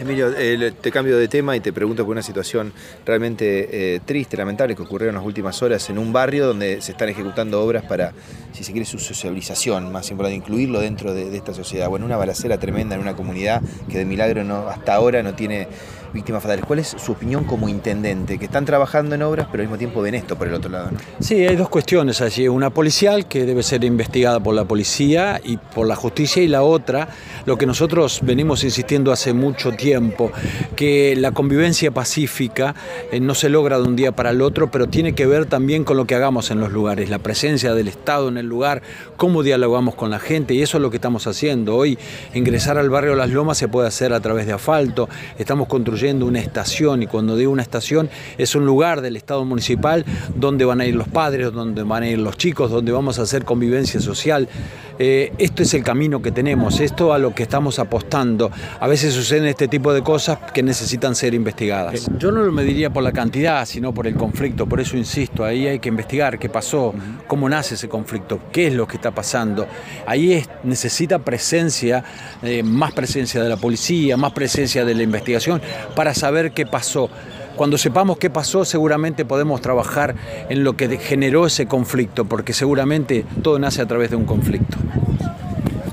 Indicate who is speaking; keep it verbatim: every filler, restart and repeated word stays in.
Speaker 1: Emilio, eh, te cambio de tema y te pregunto por una situación realmente eh, triste, lamentable, que ocurrió en las últimas horas en un barrio donde se están ejecutando obras para, si se quiere, su sociabilización, más importante, incluirlo dentro de, de esta sociedad. Bueno, una balacera tremenda en una comunidad que de milagro no, hasta ahora no tiene víctimas fatales. ¿Cuál es su opinión como intendente? Que están trabajando en obras, pero al mismo tiempo ven esto por el otro lado, ¿no?
Speaker 2: Sí, hay dos cuestiones allí. Una policial, que debe ser investigada por la policía y por la justicia, y la otra, lo que nosotros venimos insistiendo hace mucho tiempo, que la convivencia pacífica eh, no se logra de un día para el otro, pero tiene que ver también con lo que hagamos en los lugares, la presencia del Estado en el lugar, cómo dialogamos con la gente, y eso es lo que estamos haciendo. Hoy ingresar al barrio Las Lomas se puede hacer a través de asfalto, estamos construyendo una estación, y cuando digo una estación es un lugar del Estado municipal donde van a ir los padres, donde van a ir los chicos, donde vamos a hacer convivencia social. Eh, esto es el camino que tenemos, esto a lo que estamos apostando. A veces suceden este tipo de cosas que necesitan ser investigadas. Yo no lo mediría por la cantidad, sino por el conflicto, por eso insisto, ahí hay que investigar qué pasó, cómo nace ese conflicto, qué es lo que está pasando. Ahí es, necesita presencia, eh, más presencia de la policía, más presencia de la investigación, para saber qué pasó. Cuando sepamos qué pasó, seguramente podemos trabajar en lo que generó ese conflicto, porque seguramente todo nace a través de un conflicto.